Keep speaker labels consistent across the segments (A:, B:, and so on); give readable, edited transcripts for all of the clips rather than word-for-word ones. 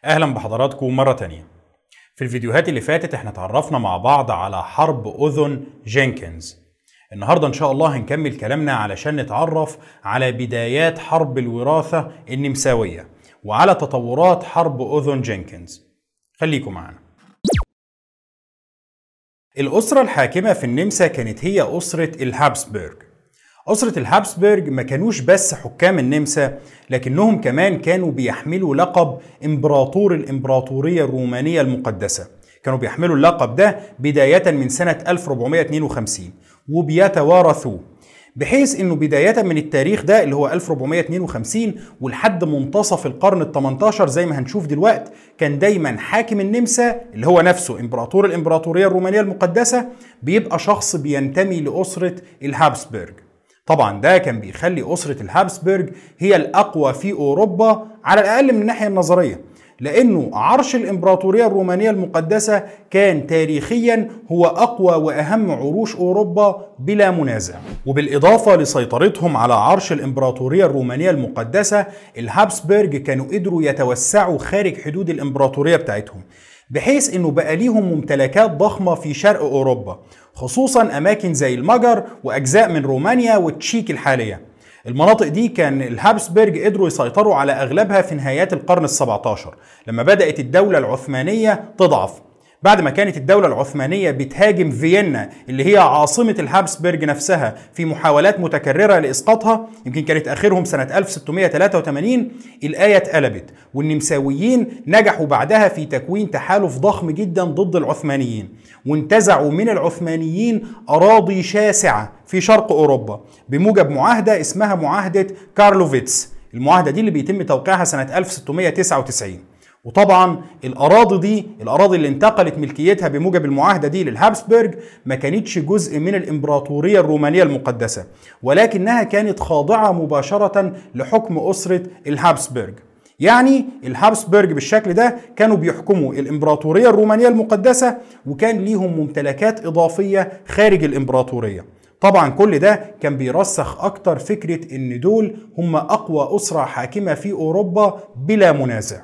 A: اهلا بحضراتكم مرة تانية. في الفيديوهات اللي فاتت احنا اتعرفنا مع بعض على حرب اذن جينكنز. النهاردة ان شاء الله هنكمل كلامنا علشان نتعرف على بدايات حرب الوراثة النمساوية وعلى تطورات حرب اذن جينكنز. خليكم معنا. الأسرة الحاكمة في النمسا كانت هي أسرة الهابسبرغ. أسرة الهابسبرغ ما كانوش بس حكام النمسا، لكنهم كمان كانوا بيحملوا لقب إمبراطور الإمبراطورية الرومانية المقدسة. كانوا بيحملوا اللقب ده بداية من سنة 1452 وبيتوارثوه، بحيث انه بداية من التاريخ ده اللي هو 1452 ولحد منتصف القرن ال 18 زي ما هنشوف دلوقتي كان دايما حاكم النمسا اللي هو نفسه امبراطور الامبراطورية الرومانية المقدسة بيبقى شخص بينتمي لأسرة الهابسبرغ. طبعا ده كان بيخلي أسرة الهابسبرغ هي الأقوى في أوروبا على الأقل من الناحية النظرية، لأنه عرش الإمبراطورية الرومانية المقدسة كان تاريخيا هو أقوى وأهم عروش أوروبا بلا منازع. وبالإضافة لسيطرتهم على عرش الإمبراطورية الرومانية المقدسة، الهابسبرغ كانوا قدروا يتوسعوا خارج حدود الإمبراطورية بتاعتهم، بحيث أنه بقى ليهم ممتلكات ضخمة في شرق أوروبا، خصوصا أماكن زي المجر وأجزاء من رومانيا والتشيك الحالية. المناطق دي كان الهابسبرغ قدروا يسيطروا على أغلبها في نهايات القرن ال17 لما بدأت الدولة العثمانية تضعف، بعد ما كانت الدولة العثمانية بتهاجم فيينا اللي هي عاصمة الهابسبرغ نفسها في محاولات متكررة لإسقاطها. يمكن كانت آخرهم سنة 1683. الآية اتقلبت والنمساويين نجحوا بعدها في تكوين تحالف ضخم جدا ضد العثمانيين، وانتزعوا من العثمانيين أراضي شاسعة في شرق أوروبا بموجب معاهدة اسمها معاهدة كارلوفيتس. المعاهدة دي اللي بيتم توقيعها سنة 1699. وطبعا الأراضي اللي انتقلت ملكيتها بموجب المعاهدة دي للهابسبرغ ما كانتش جزء من الإمبراطورية الرومانية المقدسة، ولكنها كانت خاضعة مباشرة لحكم أسرة الهابسبرغ. يعني الهابسبرغ بالشكل ده كانوا بيحكموا الإمبراطورية الرومانية المقدسة، وكان ليهم ممتلكات إضافية خارج الإمبراطورية. طبعا كل ده كان بيرسخ أكتر فكرة إن دول هم أقوى أسرة حاكمة في أوروبا بلا منازع.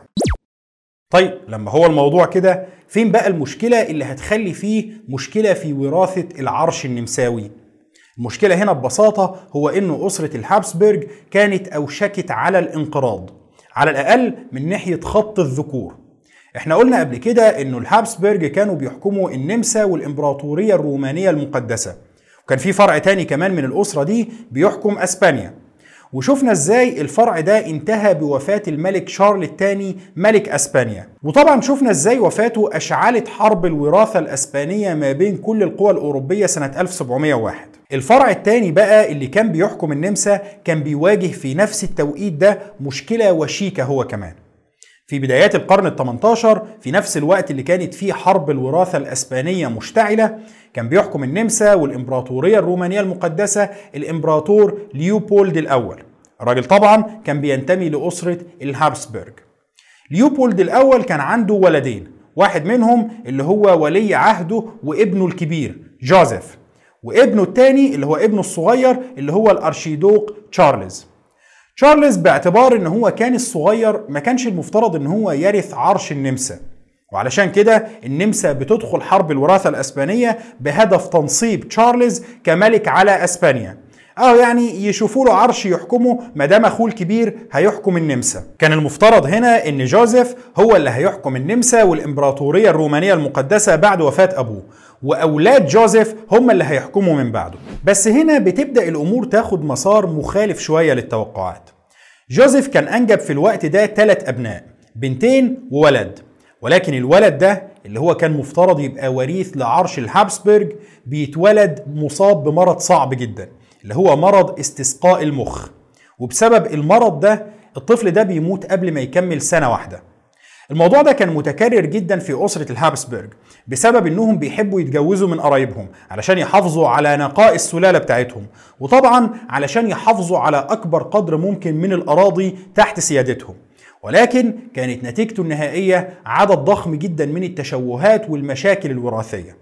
A: طيب لما هو الموضوع كده، فين بقى المشكلة اللي هتخلي فيه مشكلة في وراثة العرش النمساوي؟ المشكلة هنا ببساطة هو إنه أسرة الهابسبرغ كانت أوشكت على الانقراض، على الأقل من ناحية خط الذكور. احنا قلنا قبل كده إنه الهابسبرغ كانوا بيحكموا النمسا والإمبراطورية الرومانية المقدسة، وكان في فرع تاني كمان من الأسرة دي بيحكم أسبانيا. وشوفنا ازاي الفرع ده انتهى بوفاة الملك شارل الثاني ملك اسبانيا، وطبعا شوفنا ازاي وفاته اشعلت حرب الوراثة الاسبانية ما بين كل القوى الاوروبية سنة 1701. الفرع الثاني بقى اللي كان بيحكم النمسا كان بيواجه في نفس التوقيت ده مشكلة وشيكة هو كمان. في بدايات القرن ال18 في نفس الوقت اللي كانت فيه حرب الوراثة الأسبانية مشتعلة، كان بيحكم النمسا والإمبراطورية الرومانية المقدسة الإمبراطور ليوبولد الأول. الراجل طبعا كان بينتمي لأسرة الهابسبرغ. ليوبولد الأول كان عنده ولدين، واحد منهم اللي هو ولي عهده وابنه الكبير جوزيف، وابنه الثاني اللي هو ابنه الصغير اللي هو الأرشيدوق تشارلز. تشارلز باعتبار ان هو كان الصغير ما كانش المفترض ان هو يرث عرش النمسا، وعلشان كده النمسا بتدخل حرب الوراثة الاسبانية بهدف تنصيب تشارلز كملك على اسبانيا، او يعني يشوفوا له عرش يحكمه ما دام اخوه الكبير هيحكم النمسا. كان المفترض هنا ان جوزيف هو اللي هيحكم النمسا والامبراطورية الرومانية المقدسة بعد وفاة ابوه، واولاد جوزيف هم اللي هيحكموا من بعده. بس هنا بتبدأ الامور تاخد مسار مخالف شوية للتوقعات. جوزيف كان انجب في الوقت ده 3 ابناء، بنتين وولد، ولكن الولد ده اللي هو كان مفترض يبقى وريث لعرش الهابسبرغ بيتولد مصاب بمرض صعب جدا اللي هو مرض استسقاء المخ، وبسبب المرض ده الطفل ده بيموت قبل ما يكمل سنة واحدة. الموضوع ده كان متكرر جدا في أسرة الهابسبرغ بسبب انهم بيحبوا يتجوزوا من قرايبهم علشان يحافظوا على نقاء السلالة بتاعتهم، وطبعا علشان يحافظوا على أكبر قدر ممكن من الأراضي تحت سيادتهم. ولكن كانت نتيجته النهائية عدد ضخم جدا من التشوهات والمشاكل الوراثية.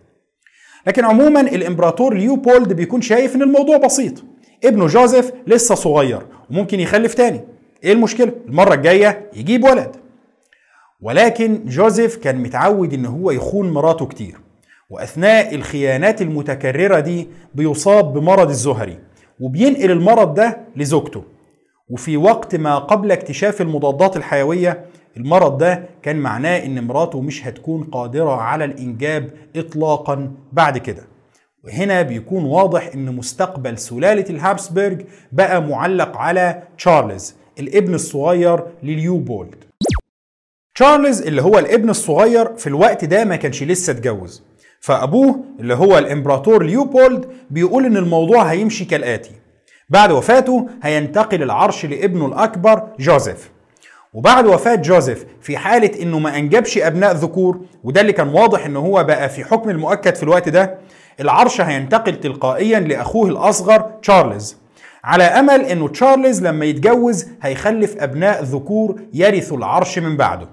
A: لكن عموما الامبراطور ليوبولد بيكون شايف ان الموضوع بسيط، ابنه جوزيف لسه صغير وممكن يخلف تاني، ايه المشكلة؟ المرة الجاية يجيب ولد. ولكن جوزيف كان متعود ان هو يخون مراته كتير، واثناء الخيانات المتكررة دي بيصاب بمرض الزهري وبينقل المرض ده لزوجته. وفي وقت ما قبل اكتشاف المضادات الحيوية، المرض ده كان معناه ان مراته مش هتكون قادرة على الانجاب اطلاقا بعد كده. وهنا بيكون واضح ان مستقبل سلالة الهابسبرج بقى معلق على تشارلز الابن الصغير لليوبولد. تشارلز اللي هو الابن الصغير في الوقت ده ما كانش لسه اتجوز، فابوه اللي هو الامبراطور ليوبولد بيقول ان الموضوع هيمشي كالاتي: بعد وفاته هينتقل العرش لابنه الاكبر جوزيف، وبعد وفاة جوزيف في حالة انه ما انجبش ابناء ذكور، وده اللي كان واضح انه هو بقى في حكم المؤكد في الوقت ده، العرش هينتقل تلقائيا لاخوه الاصغر تشارلز، على امل انه تشارلز لما يتجوز هيخلف ابناء ذكور يرثوا العرش من بعده.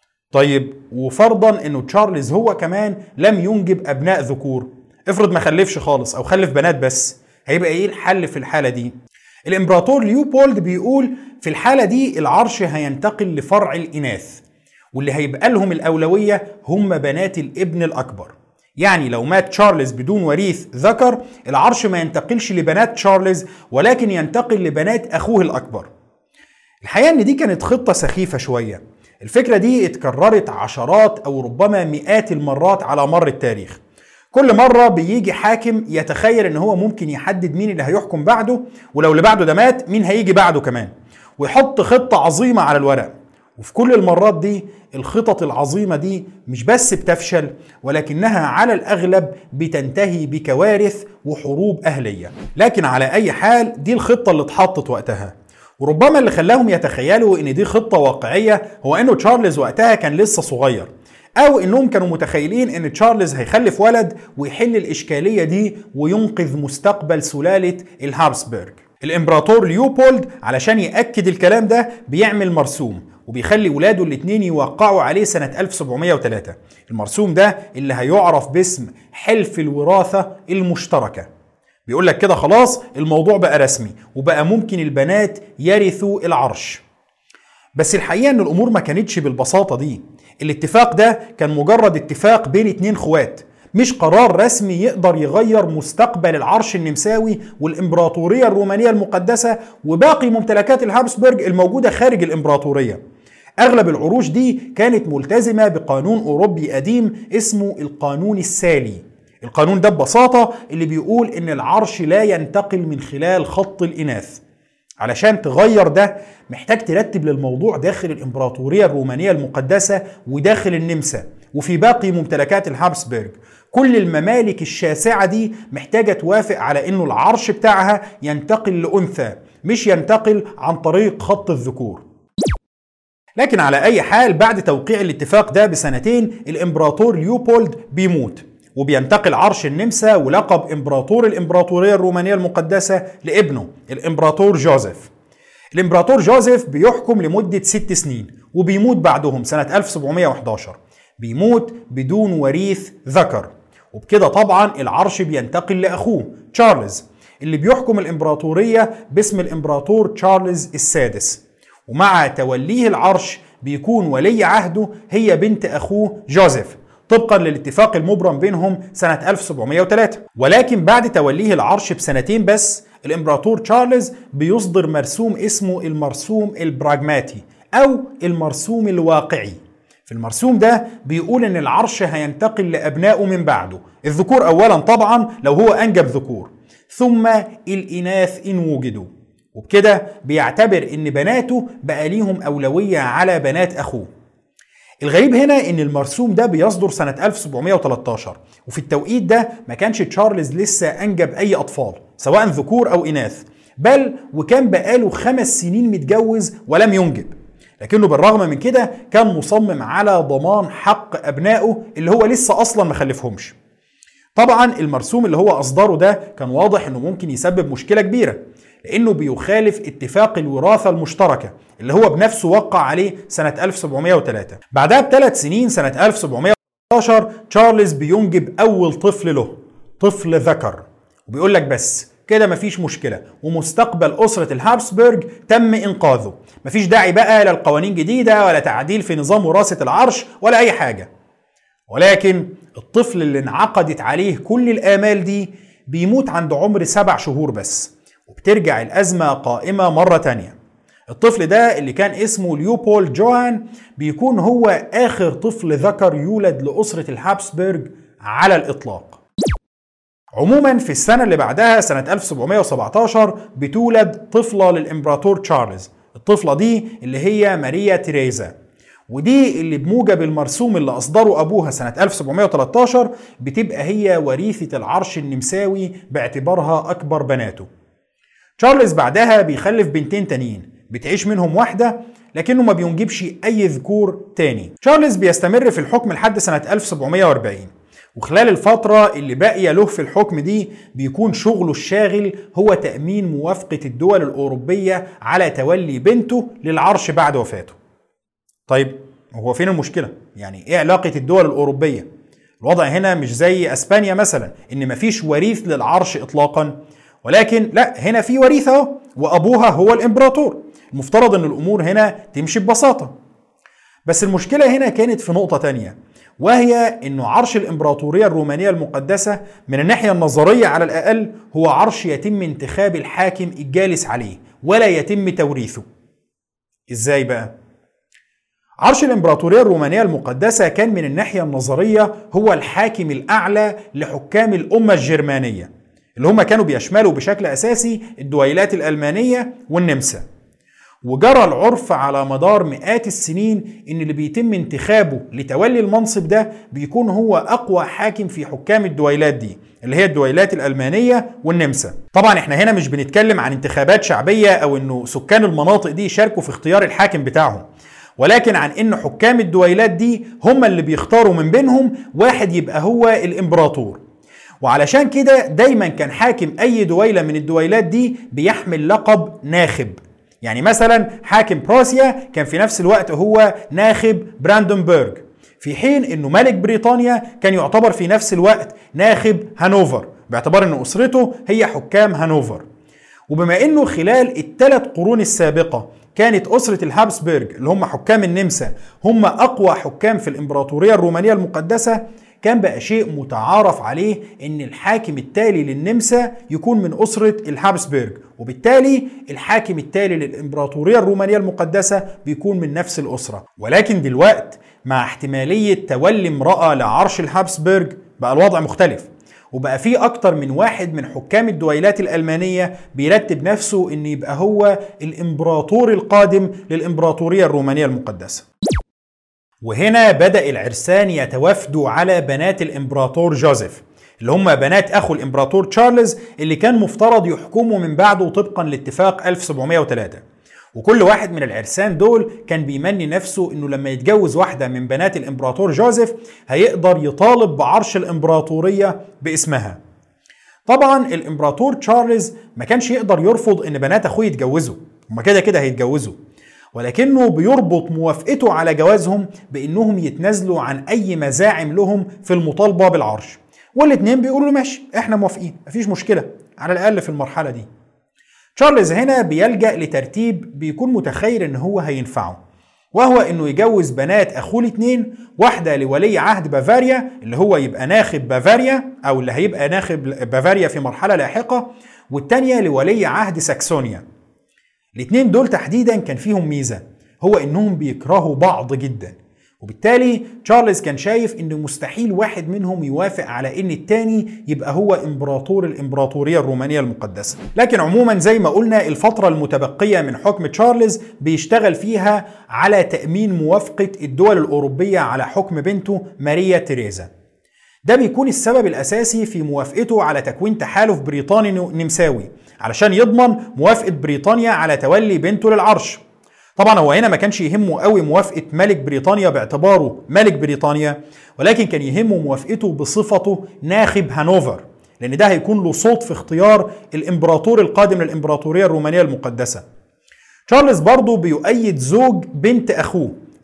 A: طيب وفرضا انه تشارلز هو كمان لم ينجب ابناء ذكور، افرض ما خلفش خالص او خلف بنات بس، هيبقى ايه الحل في الحالة دي؟ الامبراطور ليوبولد بيقول في الحالة دي العرش هينتقل لفرع الإناث، واللي هيبقى لهم الأولوية هم بنات الابن الأكبر. يعني لو مات تشارلز بدون وريث ذكر، العرش ما ينتقلش لبنات تشارلز ولكن ينتقل لبنات أخوه الأكبر. الحقيقة إن دي كانت خطة سخيفة شوية. الفكرة دي اتكررت عشرات أو ربما مئات المرات على مر التاريخ. كل مرة بيجي حاكم يتخيل ان هو ممكن يحدد مين اللي هيحكم بعده، ولو اللي بعده ده مات مين هيجي بعده كمان، ويحط خطة عظيمة على الورق. وفي كل المرات دي الخطط العظيمة دي مش بس بتفشل، ولكنها على الأغلب بتنتهي بكوارث وحروب أهلية. لكن على أي حال دي الخطة اللي اتحطت وقتها، وربما اللي خلاهم يتخيلوا ان دي خطة واقعية هو انه تشارلز وقتها كان لسه صغير، أو إنهم كانوا متخيلين إن تشارلز هيخلف ولد ويحل الإشكالية دي وينقذ مستقبل سلالة الهابسبرج. الإمبراطور ليوبولد علشان يأكد الكلام ده بيعمل مرسوم وبيخلي ولاده الاتنين يوقعوا عليه سنة 1703. المرسوم ده اللي هيعرف باسم حلف الوراثة المشتركة. بيقول لك كده خلاص الموضوع بقى رسمي وبقى ممكن البنات يرثوا العرش. بس الحقيقة إن الأمور ما كانتش بالبساطة دي. الاتفاق ده كان مجرد اتفاق بين اتنين خوات، مش قرار رسمي يقدر يغير مستقبل العرش النمساوي والإمبراطورية الرومانية المقدسة وباقي ممتلكات الهابسبرج الموجودة خارج الإمبراطورية. أغلب العروش دي كانت ملتزمة بقانون أوروبي قديم اسمه القانون السالي. القانون ده ببساطة اللي بيقول إن العرش لا ينتقل من خلال خط الإناث. علشان تغير ده محتاج ترتب للموضوع داخل الإمبراطورية الرومانية المقدسة وداخل النمسا وفي باقي ممتلكات الهابسبرج. كل الممالك الشاسعة دي محتاجة توافق على إنه العرش بتاعها ينتقل لأنثى، مش ينتقل عن طريق خط الذكور. لكن على أي حال بعد توقيع الاتفاق ده بسنتين الإمبراطور ليوبولد بيموت، وبينتقل عرش النمسا ولقب إمبراطور الإمبراطورية الرومانية المقدسة لابنه الإمبراطور جوزيف. الإمبراطور جوزيف بيحكم لمدة 6 سنين وبيموت بعدهم سنة 1711. بيموت بدون وريث ذكر، وبكده طبعا العرش بينتقل لأخوه تشارلز اللي بيحكم الإمبراطورية باسم الإمبراطور تشارلز السادس. ومع توليه العرش بيكون ولي عهده هي بنت أخوه جوزيف طبقا للاتفاق المبرم بينهم سنة 1703. ولكن بعد توليه العرش بسنتين بس الإمبراطور تشارلز بيصدر مرسوم اسمه المرسوم البراغماتي أو المرسوم الواقعي. في المرسوم ده بيقول إن العرش هينتقل لأبنائه من بعده، الذكور أولا طبعا لو هو أنجب ذكور، ثم الإناث إن وجدوا. وبكده بيعتبر إن بناته بقى ليهم أولوية على بنات أخوه. الغريب هنا ان المرسوم ده بيصدر سنة 1713، وفي التوقيت ده ما كانش تشارلز لسه انجب اي اطفال سواء ذكور او اناث، بل وكان بقاله 5 سنين متجوز ولم ينجب. لكنه بالرغم من كده كان مصمم على ضمان حق ابنائه اللي هو لسه اصلا ما خلفهمش. طبعا المرسوم اللي هو اصدره ده كان واضح انه ممكن يسبب مشكلة كبيرة، لأنه بيخالف اتفاق الوراثة المشتركة اللي هو بنفسه وقع عليه سنة 1703. بعدها ب3 سنين سنة 1711 تشارلز بينجب أول طفل له، طفل ذكر. وبيقول لك بس كده مفيش مشكلة، ومستقبل أسرة الهابسبرج تم إنقاذه. مفيش داعي بقى لا لقوانين جديدة ولا تعديل في نظام وراثة العرش ولا أي حاجة. ولكن الطفل اللي انعقدت عليه كل الآمال دي بيموت عند عمر 7 شهور بس، وبترجع الأزمة قائمة مرة تانية. الطفل ده اللي كان اسمه ليوبولد جوهان بيكون هو آخر طفل ذكر يولد لأسرة الهابسبرج على الإطلاق. عموما في السنة اللي بعدها سنة 1717 بتولد طفلة للإمبراطور تشارلز. الطفلة دي اللي هي ماريا تيريزا، ودي اللي بموجب المرسوم اللي أصدره أبوها سنة 1713 بتبقى هي وريثة العرش النمساوي باعتبارها أكبر بناته. تشارلز بعدها بيخلف بنتين تانيين بتعيش منهم واحدة، لكنه ما بينجبش أي ذكور تاني. تشارلز بيستمر في الحكم لحد سنة 1740، وخلال الفترة اللي باقية له في الحكم دي بيكون شغله الشاغل هو تأمين موافقة الدول الأوروبية على تولي بنته للعرش بعد وفاته. طيب هو فين المشكلة؟ يعني ايه علاقة الدول الأوروبية؟ الوضع هنا مش زي أسبانيا مثلا إن مفيش وريث للعرش إطلاقا، ولكن لا، هنا في وريثة وأبوها هو الإمبراطور. المفترض إن الأمور هنا تمشي ببساطة. بس المشكلة هنا كانت في نقطة تانية، وهي إنه عرش الإمبراطورية الرومانية المقدسة من الناحية النظرية على الأقل هو عرش يتم انتخاب الحاكم الجالس عليه ولا يتم توريثه. إزاي بقى؟ عرش الإمبراطورية الرومانية المقدسة كان من الناحية النظرية هو الحاكم الأعلى لحكام الأمة الجرمانية، اللي هم كانوا بيشملوا بشكل أساسي الدويلات الألمانية والنمسا. وجرى العرف على مدار مئات السنين إن اللي بيتم انتخابه لتولي المنصب ده بيكون هو أقوى حاكم في حكام الدويلات دي، اللي هي الدويلات الألمانية والنمسا. طبعا احنا هنا مش بنتكلم عن انتخابات شعبية أو إنه سكان المناطق دي يشاركوا في اختيار الحاكم بتاعهم، ولكن عن إن حكام الدويلات دي هم اللي بيختاروا من بينهم واحد يبقى هو الإمبراطور. وعلشان كده دايما كان حاكم أي دويلة من الدويلات دي بيحمل لقب ناخب. يعني مثلا حاكم بروسيا كان في نفس الوقت هو ناخب براندنبرج، في حين انه ملك بريطانيا كان يعتبر في نفس الوقت ناخب هانوفر باعتبار ان اسرته هي حكام هانوفر. وبما انه خلال ال3 قرون السابقة كانت أسرة الهابسبرج اللي هم حكام النمسا هم أقوى حكام في الإمبراطورية الرومانية المقدسة، كان بقى شيء متعارف عليه ان الحاكم التالي للنمسا يكون من أسرة الهابسبرج، وبالتالي الحاكم التالي للإمبراطورية الرومانية المقدسة بيكون من نفس الأسرة. ولكن دلوقت مع احتمالية تولي امرأة لعرش الهابسبرج بقى الوضع مختلف، وبقى في أكتر من واحد من حكام الدويلات الألمانية بيرتب نفسه ان يبقى هو الإمبراطور القادم للإمبراطورية الرومانية المقدسة. وهنا بدأ العرسان يتوافدوا على بنات الإمبراطور جوزيف اللي هم بنات أخو الإمبراطور تشارلز اللي كان مفترض يحكموا من بعده طبقا لاتفاق 1703. وكل واحد من العرسان دول كان بيمني نفسه انه لما يتجوز واحدة من بنات الإمبراطور جوزيف هيقدر يطالب بعرش الإمبراطورية باسمها. طبعا الإمبراطور تشارلز ما كانش يقدر يرفض ان بنات أخوه يتجوزوا، هما كده كده هيتجوزوا، ولكنه بيربط موافقته على جوازهم بانهم يتنازلوا عن اي مزاعم لهم في المطالبة بالعرش. والاتنين بيقولوا له ماشي احنا موافقين، مفيش مشكلة على الاقل في المرحلة دي. تشارلز هنا بيلجأ لترتيب بيكون متخيل ان هو هينفعه، وهو انه يجوز بنات اخوه الاتنين، واحدة لولي عهد بافاريا اللي هو يبقى ناخب بافاريا او اللي هيبقى ناخب بافاريا في مرحلة لاحقة، والتانية لولي عهد ساكسونيا. الاتنين دول تحديدا كان فيهم ميزة، هو انهم بيكرهوا بعض جدا، وبالتالي تشارلز كان شايف ان مستحيل واحد منهم يوافق على ان التاني يبقى هو امبراطور الامبراطورية الرومانية المقدسة. لكن عموما زي ما قلنا الفترة المتبقية من حكم تشارلز بيشتغل فيها على تأمين موافقة الدول الأوروبية على حكم بنته ماريا تيريزا. ده بيكون السبب الأساسي في موافقته على تكوين تحالف بريطاني نمساوي علشان يضمن موافقة بريطانيا على تولي بنته للعرش. طبعا هو هنا ما كانش يهمه قوي موافقة ملك بريطانيا باعتباره ملك بريطانيا، ولكن كان يهمه موافقته بصفته ناخب هانوفر، لأن ده هيكون له صوت في اختيار الإمبراطور القادم للإمبراطورية الرومانية المقدسة. تشارلز برضه بيؤيد زوج بنت أخوه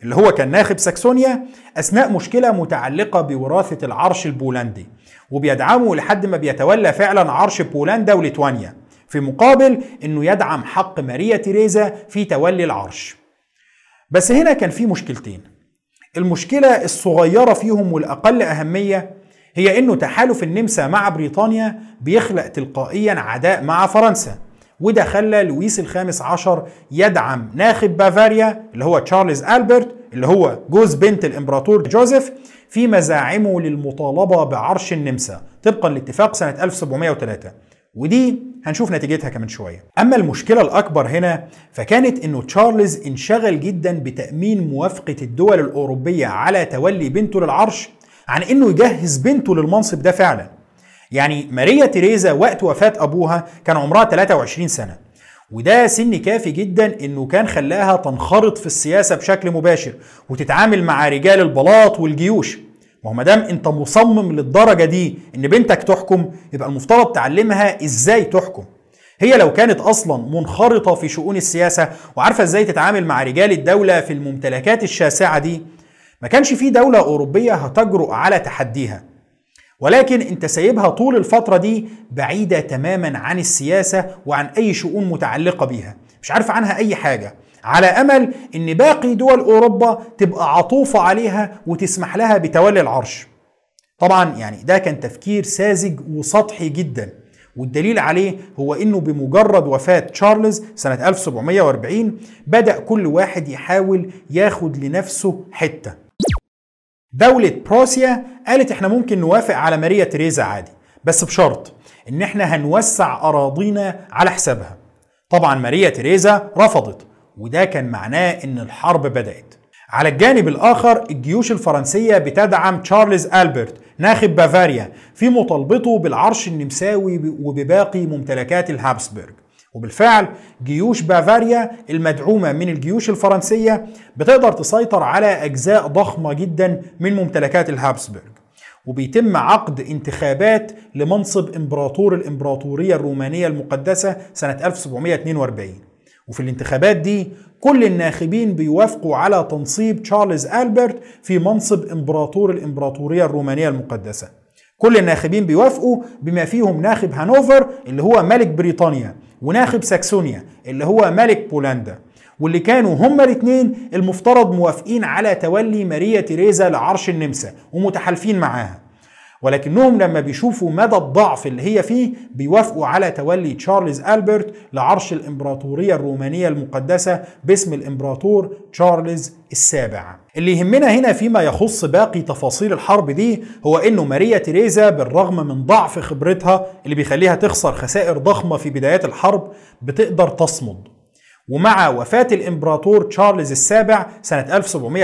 A: اللي هو كان ناخب ساكسونيا أثناء مشكلة متعلقة بوراثة العرش البولندي، وبيدعمه لحد ما بيتولى فعلا عرش بولندا وليتوانيا، في مقابل انه يدعم حق ماريا تيريزا في تولي العرش. بس هنا كان في مشكلتين. المشكلة الصغيرة فيهم والأقل أهمية هي انه تحالف النمسا مع بريطانيا بيخلق تلقائيا عداء مع فرنسا، وده خلى لويس الخامس عشر يدعم ناخب بافاريا اللي هو تشارلز ألبرت اللي هو جوز بنت الإمبراطور جوزيف في مزاعمه للمطالبة بعرش النمسا طبقا لاتفاق سنة 1703، ودي هنشوف نتيجتها كمان شوية. أما المشكلة الأكبر هنا فكانت إنه تشارلز انشغل جدا بتأمين موافقة الدول الأوروبية على تولي بنته للعرش عن إنه يجهز بنته للمنصب ده فعلا. يعني ماريا تيريزا وقت وفاة أبوها كان عمرها 23 سنة، وده سن كافي جدا إنه كان خلاها تنخرط في السياسة بشكل مباشر وتتعامل مع رجال البلاط والجيوش. ما هو مادام انت مصمم للدرجة دي ان بنتك تحكم، يبقى المفترض تعلمها ازاي تحكم. هي لو كانت اصلا منخرطة في شؤون السياسة وعارفة ازاي تتعامل مع رجال الدولة في الممتلكات الشاسعة دي، ما كانش في دولة اوروبية هتجرؤ على تحديها. ولكن انت سايبها طول الفترة دي بعيدة تماما عن السياسة وعن اي شؤون متعلقة بيها، مش عارفة عنها اي حاجة، على أمل إن باقي دول أوروبا تبقى عطوفة عليها وتسمح لها بتولي العرش. طبعا يعني ده كان تفكير ساذج وسطحي جدا، والدليل عليه هو إنه بمجرد وفاة تشارلز سنة 1740 بدأ كل واحد يحاول ياخد لنفسه حتة. دولة بروسيا قالت إحنا ممكن نوافق على ماريا تيريزا عادي، بس بشرط إن إحنا هنوسع أراضينا على حسابها. طبعا ماريا تيريزا رفضت، وده كان معناه ان الحرب بدأت. على الجانب الاخر الجيوش الفرنسية بتدعم تشارلز ألبرت ناخب بافاريا في مطالبته بالعرش النمساوي وبباقي ممتلكات الهابسبرغ، وبالفعل جيوش بافاريا المدعومة من الجيوش الفرنسية بتقدر تسيطر على اجزاء ضخمة جدا من ممتلكات الهابسبرغ، وبيتم عقد انتخابات لمنصب امبراطور الامبراطورية الرومانية المقدسة سنة 1742. وفي الانتخابات دي كل الناخبين بيوافقوا على تنصيب تشارلز ألبرت في منصب امبراطور الامبراطورية الرومانية المقدسة. كل الناخبين بيوافقوا بما فيهم ناخب هانوفر اللي هو ملك بريطانيا، وناخب ساكسونيا اللي هو ملك بولندا، واللي كانوا هما الاثنين المفترض موافقين على تولي ماريا تيريزا لعرش النمسا ومتحالفين معاها. ولكنهم لما بيشوفوا مدى الضعف اللي هي فيه بيوافقوا على تولي تشارلز ألبرت لعرش الإمبراطورية الرومانية المقدسة باسم الإمبراطور تشارلز السابع. اللي يهمنا هنا فيما يخص باقي تفاصيل الحرب دي هو إنه ماريا تيريزا بالرغم من ضعف خبرتها اللي بيخليها تخسر خسائر ضخمة في بدايات الحرب بتقدر تصمد. ومع وفاة الإمبراطور تشارلز السابع سنة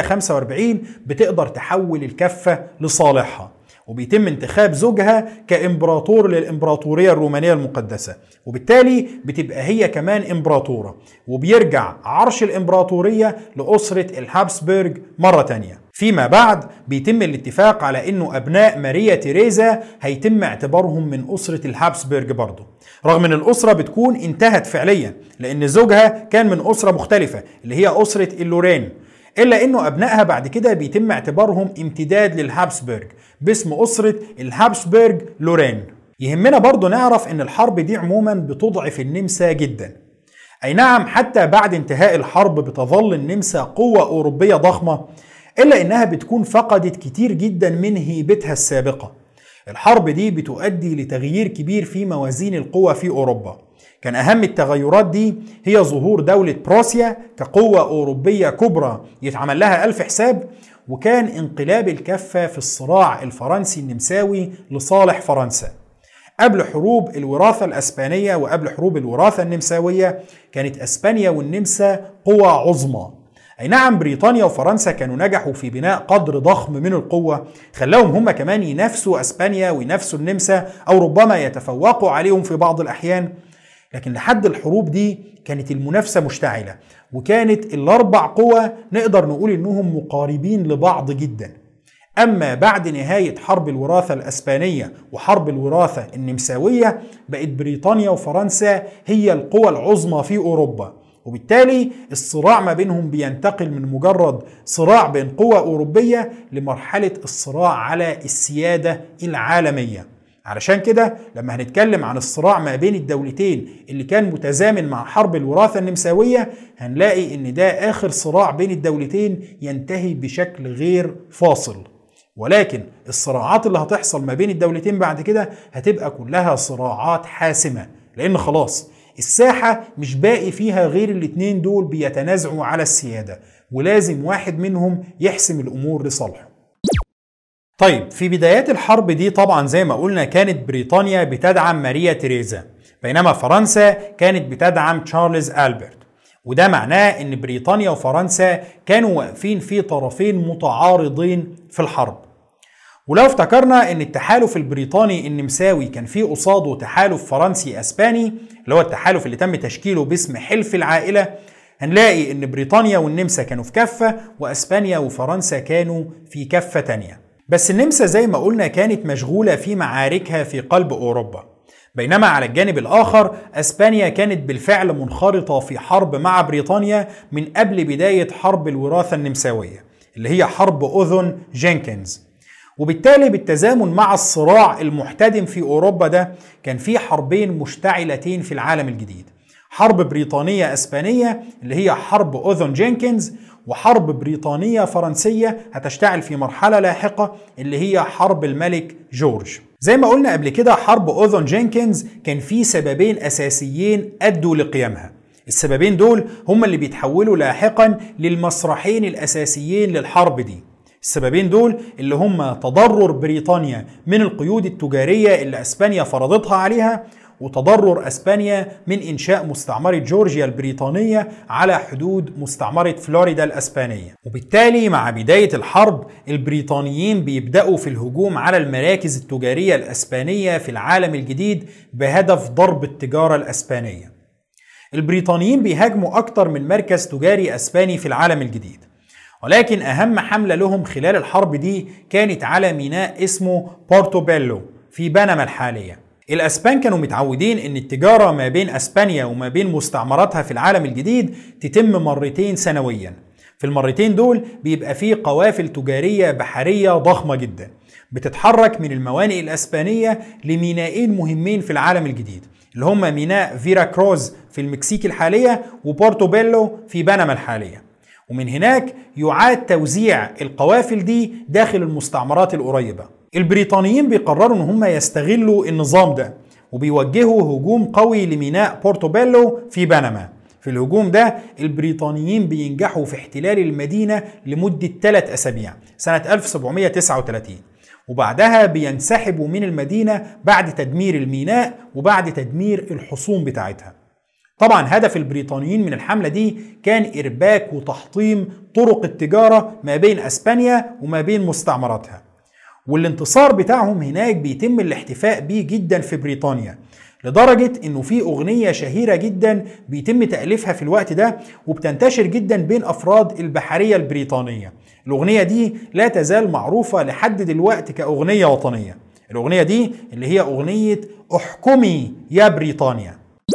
A: 1745 بتقدر تحول الكفة لصالحها، وبيتم انتخاب زوجها كإمبراطور للإمبراطورية الرومانية المقدسة، وبالتالي بتبقى هي كمان إمبراطورة، وبيرجع عرش الإمبراطورية لأسرة الهابسبرغ مرة تانية. فيما بعد بيتم الاتفاق على إنه أبناء ماريا تيريزا هيتم اعتبارهم من أسرة الهابسبرغ برضه، رغم إن الأسرة بتكون انتهت فعليا لأن زوجها كان من أسرة مختلفة اللي هي أسرة اللورين، إلا إنه أبنائها بعد كده بيتم اعتبارهم امتداد للهابسبرغ باسم أسرة الهابسبرغ لورين. يهمنا برضو نعرف إن الحرب دي عموما بتضعف النمسا جدا. أي نعم حتى بعد انتهاء الحرب بتظل النمسا قوة أوروبية ضخمة، إلا إنها بتكون فقدت كتير جدا من هيبتها السابقة. الحرب دي بتؤدي لتغيير كبير في موازين القوى في أوروبا. كان أهم التغيرات دي هي ظهور دولة بروسيا كقوة أوروبية كبرى يتعمل لها ألف حساب، وكان انقلاب الكفة في الصراع الفرنسي النمساوي لصالح فرنسا. قبل حروب الوراثة الأسبانية وقبل حروب الوراثة النمساوية كانت أسبانيا والنمسا قوى عظمى. أي نعم بريطانيا وفرنسا كانوا نجحوا في بناء قدر ضخم من القوة خلاهم هم كمان ينافسوا أسبانيا وينافسوا النمسا أو ربما يتفوقوا عليهم في بعض الأحيان، لكن لحد الحروب دي كانت المنافسة مشتعلة، وكانت الأربع قوى نقدر نقول إنهم مقاربين لبعض جدا. أما بعد نهاية حرب الوراثة الأسبانية وحرب الوراثة النمساوية بقت بريطانيا وفرنسا هي القوى العظمى في أوروبا، وبالتالي الصراع ما بينهم بينتقل من مجرد صراع بين قوى أوروبية لمرحلة الصراع على السيادة العالمية. علشان كده لما هنتكلم عن الصراع ما بين الدولتين اللي كان متزامن مع حرب الوراثة النمساوية، هنلاقي ان ده آخر صراع بين الدولتين ينتهي بشكل غير فاصل. ولكن الصراعات اللي هتحصل ما بين الدولتين بعد كده هتبقى كلها صراعات حاسمة، لأن خلاص الساحة مش باقي فيها غير الاتنين دول بيتنازعوا على السيادة، ولازم واحد منهم يحسم الأمور لصالحه. طيب في بدايات الحرب دي طبعا زي ما قلنا كانت بريطانيا بتدعم ماريا تيريزا، بينما فرنسا كانت بتدعم تشارلز ألبرت. وده معناه ان بريطانيا وفرنسا كانوا واقفين في طرفين متعارضين في الحرب. ولو افتكرنا ان التحالف البريطاني النمساوي كان فيه قصاده تحالف فرنسي اسباني، اللي هو التحالف اللي تم تشكيله باسم حلف العائلة، هنلاقي ان بريطانيا والنمسا كانوا في كفة واسبانيا وفرنسا كانوا في كفة تانية. بس النمسا زي ما قلنا كانت مشغولة في معاركها في قلب أوروبا، بينما على الجانب الآخر أسبانيا كانت بالفعل منخرطة في حرب مع بريطانيا من قبل بداية حرب الوراثة النمساوية اللي هي حرب أوذون جينكينز. وبالتالي بالتزامن مع الصراع المحتدم في أوروبا ده كان في حربين مشتعلتين في العالم الجديد، حرب بريطانية أسبانية اللي هي حرب أوذون جينكينز، وحرب بريطانية فرنسية هتشتعل في مرحلة لاحقة اللي هي حرب الملك جورج. زي ما قلنا قبل كده حرب أوذون جينكينز كان في سببين أساسيين أدوا لقيامها. السببين دول هم اللي بيتحولوا لاحقا للمسرحين الأساسيين للحرب دي. السببين دول اللي هم تضرر بريطانيا من القيود التجارية اللي أسبانيا فرضتها عليها، وتضرر أسبانيا من إنشاء مستعمرة جورجيا البريطانية على حدود مستعمرة فلوريدا الأسبانية. وبالتالي مع بداية الحرب البريطانيين بيبدأوا في الهجوم على المراكز التجارية الأسبانية في العالم الجديد بهدف ضرب التجارة الأسبانية. البريطانيين بيهاجموا أكتر من مركز تجاري أسباني في العالم الجديد، ولكن أهم حملة لهم خلال الحرب دي كانت على ميناء اسمه بورتوبيلو في بنما الحالية. الأسبان كانوا متعودين أن التجارة ما بين أسبانيا وما بين مستعمراتها في العالم الجديد تتم مرتين سنويا. في المرتين دول بيبقى فيه قوافل تجارية بحرية ضخمة جدا بتتحرك من الموانئ الأسبانية لمينائين مهمين في العالم الجديد اللي هم ميناء فيرا كروز في المكسيك الحالية وبورتوبيلو في بنما الحالية. ومن هناك يعاد توزيع القوافل دي داخل المستعمرات القريبة. البريطانيين بيقرروا ان هم يستغلوا النظام ده وبيوجهوا هجوم قوي لميناء بورتوبيلو في بنما. في الهجوم ده البريطانيين بينجحوا في احتلال المدينة لمدة 3 أسابيع سنة 1739، وبعدها بينسحبوا من المدينة بعد تدمير الميناء وبعد تدمير الحصون بتاعتها. طبعا هدف البريطانيين من الحملة دي كان إرباك وتحطيم طرق التجارة ما بين أسبانيا وما بين مستعمراتها. والانتصار بتاعهم هناك بيتم الاحتفاء بيه جدا في بريطانيا، لدرجة انه في اغنية شهيرة جدا بيتم تأليفها في الوقت ده وبتنتشر جدا بين افراد البحرية البريطانية. الاغنية دي لا تزال معروفة لحد دلوقتي كاغنية وطنية. الاغنية دي اللي هي اغنية احكمي يا بريطانيا.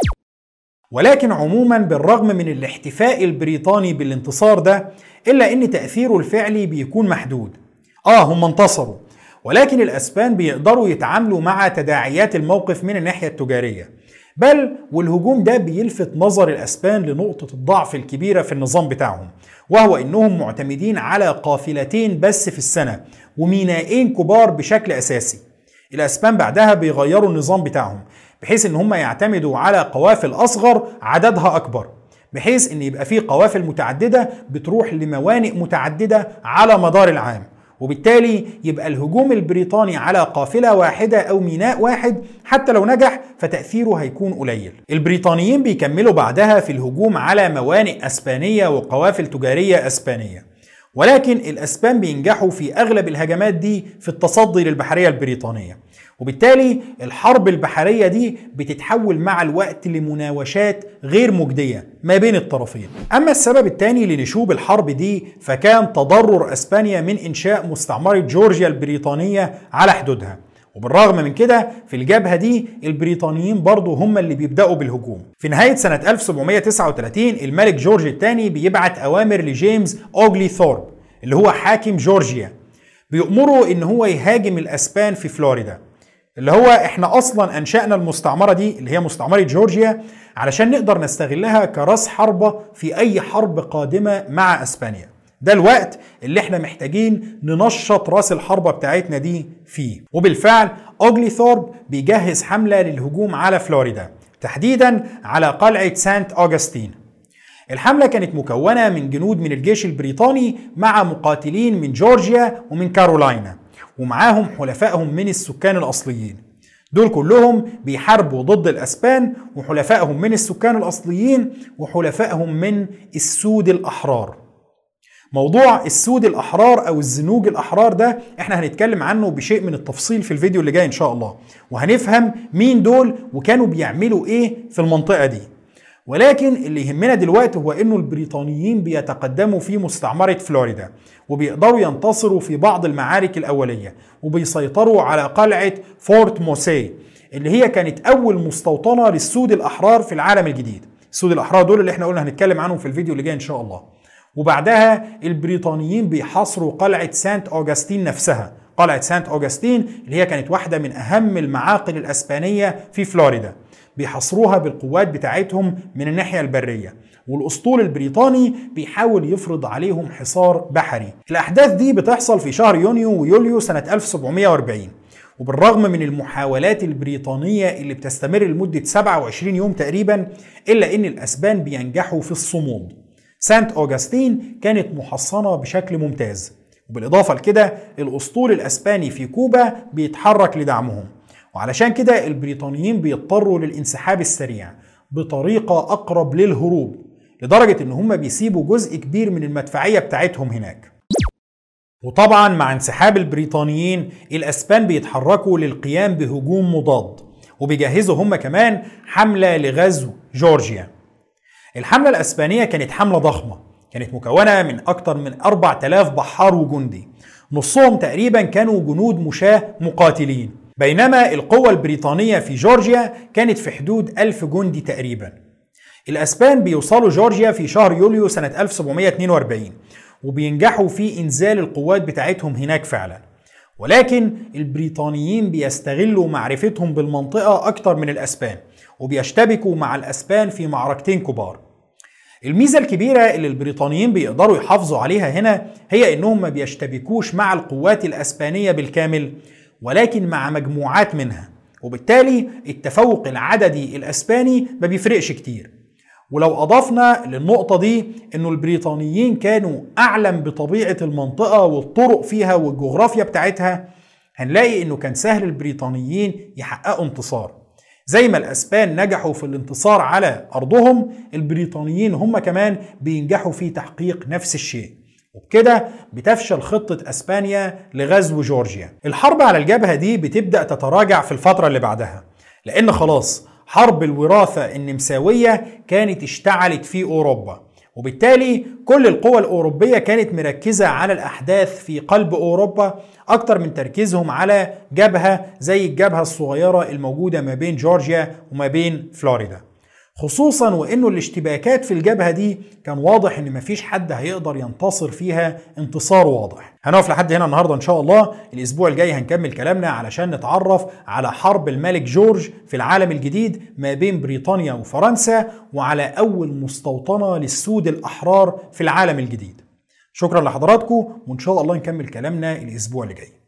A: ولكن عموما بالرغم من الاحتفاء البريطاني بالانتصار ده الا ان تأثيره الفعلي بيكون محدود. هم انتصروا، ولكن الأسبان بيقدروا يتعاملوا مع تداعيات الموقف من الناحية التجارية، بل والهجوم ده بيلفت نظر الأسبان لنقطة الضعف الكبيرة في النظام بتاعهم، وهو إنهم معتمدين على قافلتين بس في السنة ومينائين كبار بشكل أساسي. الأسبان بعدها بيغيروا النظام بتاعهم بحيث إن هم يعتمدوا على قوافل أصغر عددها أكبر، بحيث إن يبقى فيه قوافل متعددة بتروح لموانئ متعددة على مدار العام، وبالتالي يبقى الهجوم البريطاني على قافلة واحدة أو ميناء واحد حتى لو نجح فتأثيره هيكون قليل. البريطانيين بيكملوا بعدها في الهجوم على موانئ أسبانية وقوافل تجارية أسبانية، ولكن الأسبان بينجحوا في أغلب الهجمات دي في التصدي للبحرية البريطانية، وبالتالي الحرب البحرية دي بتتحول مع الوقت لمناوشات غير مجدية ما بين الطرفين. أما السبب الثاني لنشوب الحرب دي فكان تضرر أسبانيا من إنشاء مستعمرة جورجيا البريطانية على حدودها، وبالرغم من كده في الجبهة دي البريطانيين برضو هم اللي بيبدأوا بالهجوم. في نهاية سنة 1739 الملك جورج الثاني بيبعت أوامر لجيمس أوغلي ثورب اللي هو حاكم جورجيا، بيأمره إن هو يهاجم الأسبان في فلوريدا، اللي هو احنا أصلا أنشأنا المستعمرة دي اللي هي مستعمرة جورجيا علشان نقدر نستغلها كرأس حربة في أي حرب قادمة مع أسبانيا. ده الوقت اللي احنا محتاجين ننشط راس الحربة بتاعتنا دي فيه. وبالفعل أوغلي ثورب بيجهز حملة للهجوم على فلوريدا، تحديدا على قلعة سانت أوغسطين. الحملة كانت مكونة من جنود من الجيش البريطاني مع مقاتلين من جورجيا ومن كارولاينا، ومعاهم حلفائهم من السكان الأصليين. دول كلهم بيحاربوا ضد الأسبان، وحلفائهم من السكان الأصليين وحلفائهم من السود الأحرار. موضوع السود الأحرار أو الزنوج الأحرار ده احنا هنتكلم عنه بشيء من التفصيل في الفيديو اللي جاي إن شاء الله، وهنفهم مين دول وكانوا بيعملوا إيه في المنطقة دي. ولكن اللي يهمنا دلوقتي هو إنه البريطانيين بيتقدموا في مستعمرة فلوريدا، وبيقدروا ينتصروا في بعض المعارك الأولية، وبيسيطروا على قلعة فورت موسي اللي هي كانت أول مستوطنة للسود الأحرار في العالم الجديد. السود الأحرار دول اللي احنا قلنا هنتكلم عنهم في الفيديو اللي جاي إن شاء الله. وبعدها البريطانيين بيحاصروا قلعة سانت أوغسطين نفسها. قلعة سانت أوغسطين اللي هي كانت واحدة من أهم المعاقل الأسبانية في فلوريدا، بيحاصروها بالقوات بتاعتهم من الناحية البرية، والأسطول البريطاني بيحاول يفرض عليهم حصار بحري. الأحداث دي بتحصل في شهر يونيو ويوليو سنة 1740، وبالرغم من المحاولات البريطانية اللي بتستمر لمدة 27 يوم تقريبا، إلا إن الأسبان بينجحوا في الصمود. سانت أوغسطين كانت محصنة بشكل ممتاز، وبالإضافة لكده الأسطول الأسباني في كوبا بيتحرك لدعمهم، وعلشان كده البريطانيين بيضطروا للانسحاب السريع بطريقة أقرب للهروب، لدرجة إن هم بيسيبوا جزء كبير من المدفعية بتاعتهم هناك. وطبعا مع انسحاب البريطانيين الأسبان بيتحركوا للقيام بهجوم مضاد، وبيجهزوا هم كمان حملة لغزو جورجيا. الحملة الأسبانية كانت حملة ضخمة، كانت مكونة من أكثر من 4000 بحار وجندي، نصهم تقريبا كانوا جنود مشاة مقاتلين، بينما القوة البريطانية في جورجيا كانت في حدود 1000 جندي تقريبا. الأسبان بيوصلوا جورجيا في شهر يوليو سنة 1742، وبينجحوا في إنزال القوات بتاعتهم هناك فعلا، ولكن البريطانيين بيستغلوا معرفتهم بالمنطقة أكتر من الأسبان، وبيشتبكوا مع الأسبان في معركتين كبار. الميزة الكبيرة اللي البريطانيين بيقدروا يحافظوا عليها هنا هي إنهم ما بيشتبكوش مع القوات الأسبانية بالكامل، ولكن مع مجموعات منها، وبالتالي التفوق العددي الأسباني ما بيفرقش كتير. ولو أضفنا للنقطة دي إنه البريطانيين كانوا أعلم بطبيعة المنطقة والطرق فيها والجغرافيا بتاعتها، هنلاقي إنه كان سهل البريطانيين يحققوا انتصار. زي ما الأسبان نجحوا في الانتصار على أرضهم، البريطانيين هم كمان بينجحوا في تحقيق نفس الشيء، وبكده بتفشل خطة أسبانيا لغزو جورجيا. الحرب على الجبهة دي بتبدأ تتراجع في الفترة اللي بعدها، لأن خلاص حرب الوراثة النمساوية كانت اشتعلت في أوروبا، وبالتالي كل القوى الأوروبية كانت مركزة على الأحداث في قلب أوروبا أكتر من تركيزهم على جبهة زي الجبهة الصغيرة الموجودة ما بين جورجيا وما بين فلوريدا، خصوصا وإنه الاشتباكات في الجبهة دي كان واضح إن مفيش حد هيقدر ينتصر فيها انتصار واضح. هنقف لحد هنا النهاردة إن شاء الله. الأسبوع الجاي هنكمل كلامنا علشان نتعرف على حرب الملك جورج في العالم الجديد ما بين بريطانيا وفرنسا، وعلى أول مستوطنة للسود الأحرار في العالم الجديد. شكرا لحضراتكم، وإن شاء الله نكمل كلامنا الأسبوع اللي جاي.